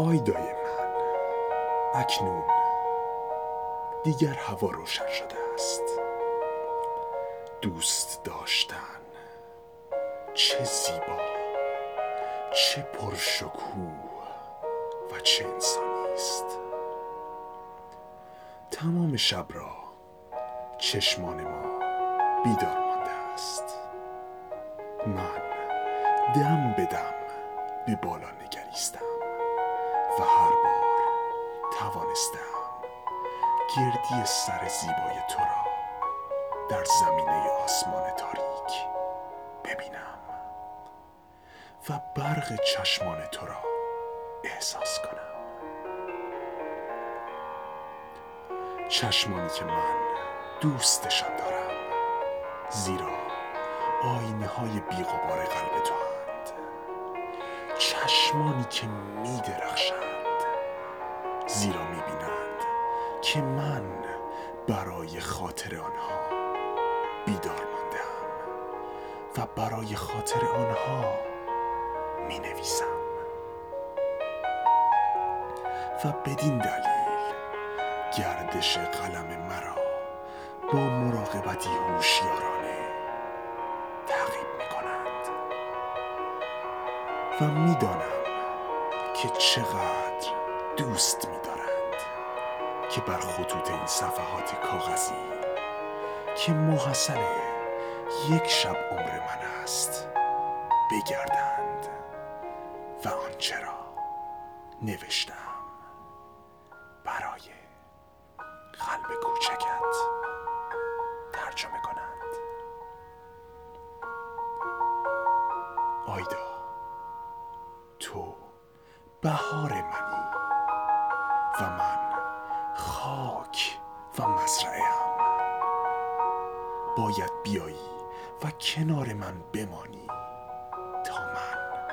آیدای من، اکنون دیگر هوا روشن شده است. دوست داشتن چه زیبا، چه پرشکوه و چه انسانی است. تمام شب را چشمان ما بیدار مانده است. من دم به دم به بالا نگریستم و هر بار توانستم گردی سر زیبای تو را در زمینه آسمان تاریک ببینم و برق چشمان تو را احساس کنم. چشمانی که من دوستشان دارم، زیرا آینه های بیغبار قلب تو هستند. چشمانی که می درخشند، زیرا می بینند که من برای خاطر آنها بیدار ماندم و برای خاطر آنها می نویسم. و بدین دلیل گردش قلم مرا با مراقبتی هوشیارانه تعقیب می کنند و می دانم که چقدر دوست می دارند که بر خطوط این صفحات کاغذی که محصل یک شب عمر من است بگردند و آنچه را نوشتم برای قلب کوچکت ترجمه کنند. آیدا، تو بهار منی و من خاک و مزرعه‌ام. باید بیایی و کنار من بمانی تا من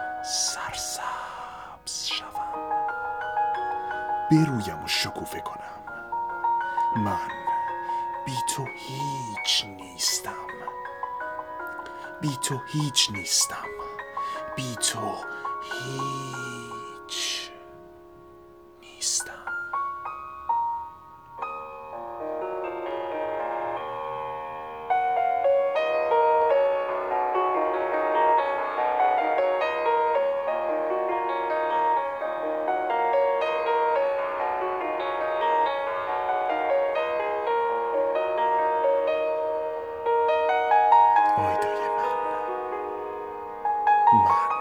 سرسبز شوم، برویم و شکوفه کنم. من بی تو هیچ نیستم، بی تو هیچ نیستم، بی تو هیچ نیستم. آیدای من